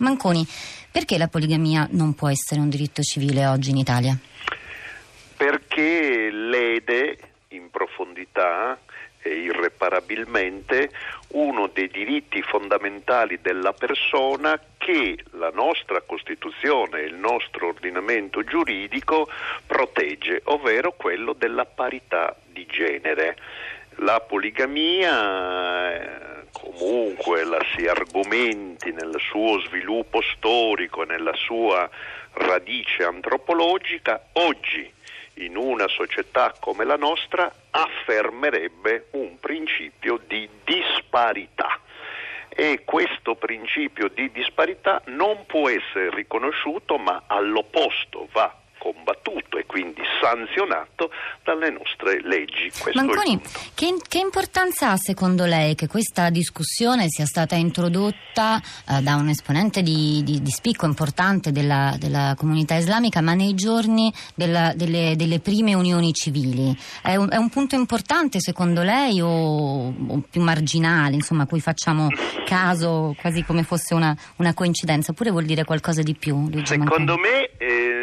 Manconi, perché la poligamia non può essere un diritto civile oggi in Italia? Perché lede in profondità e irreparabilmente uno dei diritti fondamentali della persona che la nostra Costituzione e il nostro ordinamento giuridico protegge, ovvero quello della parità di genere. La poligamia, comunque la si argomenti nel suo sviluppo storico e nella sua radice antropologica, oggi in una società come la nostra affermerebbe un principio di disparità, e questo principio di disparità non può essere riconosciuto, ma all'opposto va combattuto e quindi sanzionato dalle nostre leggi. Manconi, che importanza ha secondo lei che questa discussione sia stata introdotta da un esponente di spicco importante della comunità islamica, ma nei giorni delle prime unioni civili? È un punto importante secondo lei o più marginale, insomma, a cui facciamo caso quasi come fosse una coincidenza, oppure vuol dire qualcosa di più, Luigi Secondo Manconi? me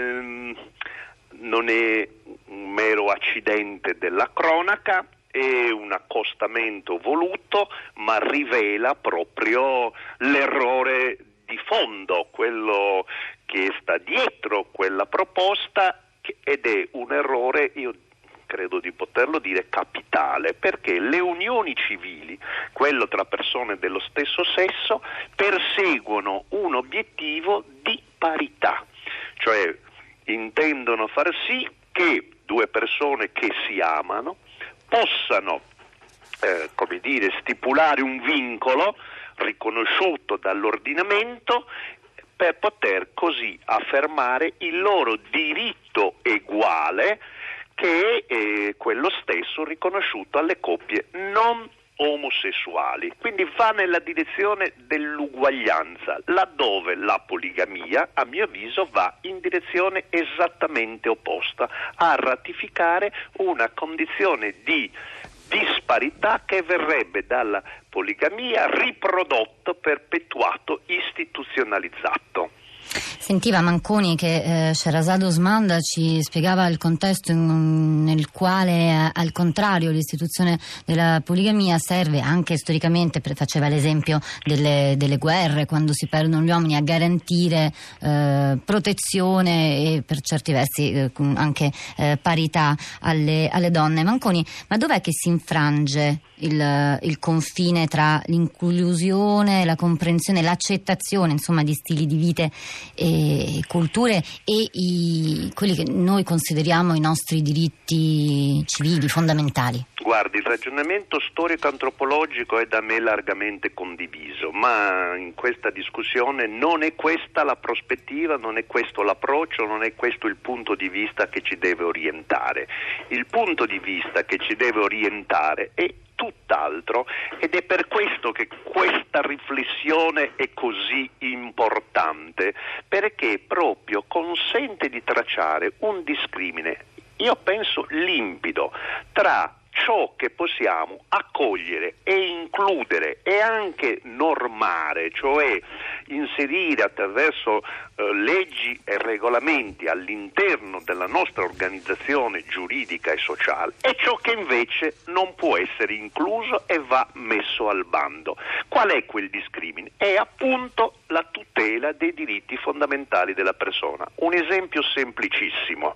non è un mero accidente della cronaca, è un accostamento voluto, ma rivela proprio l'errore di fondo, quello che sta dietro quella proposta, ed è un errore, io credo di poterlo dire, capitale, perché le unioni civili, quello tra persone dello stesso sesso, perseguono un obiettivo di parità, cioè intendono far sì che due persone che si amano possano stipulare un vincolo riconosciuto dall'ordinamento per poter così affermare il loro diritto eguale, che è quello stesso riconosciuto alle coppie non omosessuali. Quindi va nella direzione dell'uguaglianza, laddove la poligamia, a mio avviso, va in direzione esattamente opposta, a ratificare una condizione di disparità che verrebbe dalla poligamia riprodotto, perpetuato, istituzionalizzato. Sentiva Manconi che Sherazade Osman ci spiegava il contesto nel quale al contrario l'istituzione della poligamia serve anche storicamente, faceva l'esempio delle guerre, quando si perdono gli uomini, a garantire protezione e per certi versi anche parità alle donne. Manconi, ma dov'è che si infrange il confine tra l'inclusione, la comprensione, l'accettazione, insomma, di stili di vita e culture e quelli che noi consideriamo i nostri diritti civili fondamentali? Guardi, il ragionamento storico-antropologico è da me largamente condiviso, ma in questa discussione non è questa la prospettiva, non è questo l'approccio, non è questo il punto di vista che ci deve orientare. Il punto di vista che ci deve orientare è tutt'altro, ed è per questo che questa riflessione è così importante, perché proprio consente di tracciare un discrimine, io penso limpido, tra ciò che possiamo accogliere e includere e anche normare, cioè inserire attraverso leggi e regolamenti all'interno della nostra organizzazione giuridica e sociale, e ciò che invece non può essere incluso e va messo al bando. Qual è quel discrimine? È appunto la tutela dei diritti fondamentali della persona. Un esempio semplicissimo: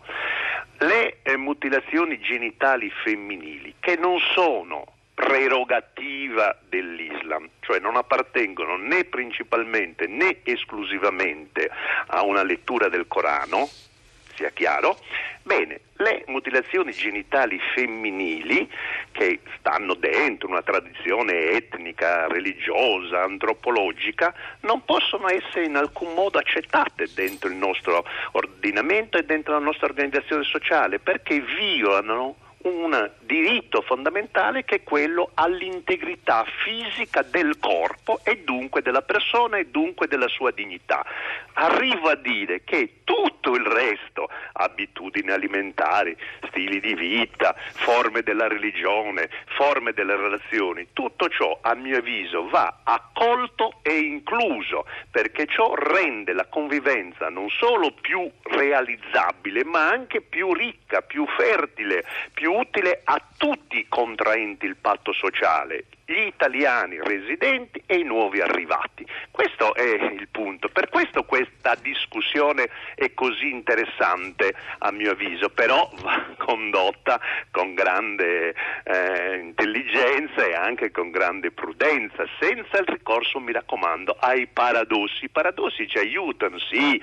le mutilazioni genitali femminili, che non sono prerogativa dell'Islam, cioè non appartengono né principalmente né esclusivamente a una lettura del Corano, sia chiaro. Bene, le mutilazioni genitali femminili, che stanno dentro una tradizione etnica, religiosa, antropologica, non possono essere in alcun modo accettate dentro il nostro ordinamento e dentro la nostra organizzazione sociale, perché violano un diritto fondamentale, che è quello all'integrità fisica del corpo e dunque della persona e dunque della sua dignità. Arrivo a dire che tutti tutto il resto, abitudini alimentari, stili di vita, forme della religione, forme delle relazioni, tutto ciò a mio avviso va accolto e incluso, perché ciò rende la convivenza non solo più realizzabile ma anche più ricca, più fertile, più utile a tutti i contraenti il patto sociale, gli italiani residenti e i nuovi arrivati. Questo è il punto. Per questo questa discussione è così interessante a mio avviso, però va condotta con grande intelligenza e anche con grande prudenza, senza il ricorso, mi raccomando, ai paradossi. I paradossi ci aiutano sì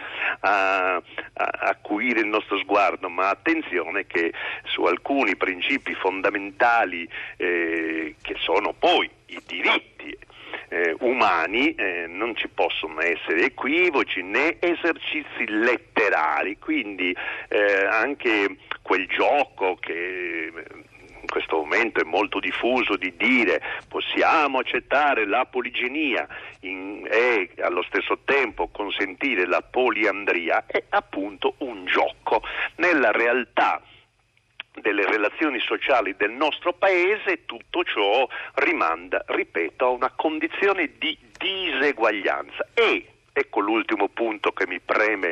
a acuire il nostro sguardo, ma attenzione che su alcuni principi fondamentali che sono poi i diritti umani non ci possono essere equivoci né esercizi letterali, quindi anche quel gioco che in questo momento è molto diffuso di dire possiamo accettare la poliginia e allo stesso tempo consentire la poliandria è appunto un gioco. Nella realtà delle relazioni sociali del nostro paese tutto ciò rimanda, ripeto, a una condizione di diseguaglianza e ecco l'ultimo punto che mi preme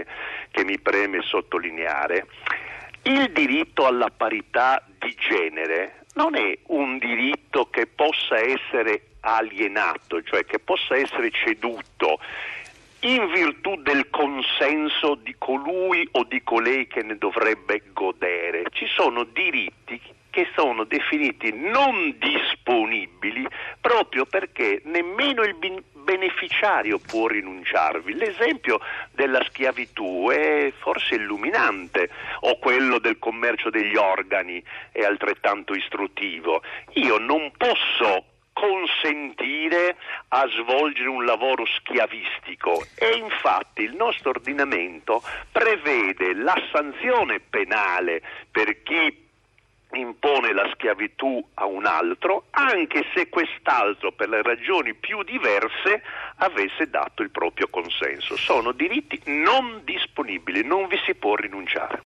sottolineare. Il diritto alla parità di genere non è un diritto che possa essere alienato, cioè che possa essere ceduto in virtù del consenso di colui o di colei che ne dovrebbe godere. Ci sono diritti che sono definiti non disponibili proprio perché nemmeno il beneficiario può rinunciarvi. L'esempio della schiavitù è forse illuminante, o quello del commercio degli organi è altrettanto istruttivo. Io non posso consentire a svolgere un lavoro schiavistico e infatti il nostro ordinamento prevede la sanzione penale per chi impone la schiavitù a un altro, anche se quest'altro per le ragioni più diverse avesse dato il proprio consenso. Sono diritti non disponibili, non vi si può rinunciare.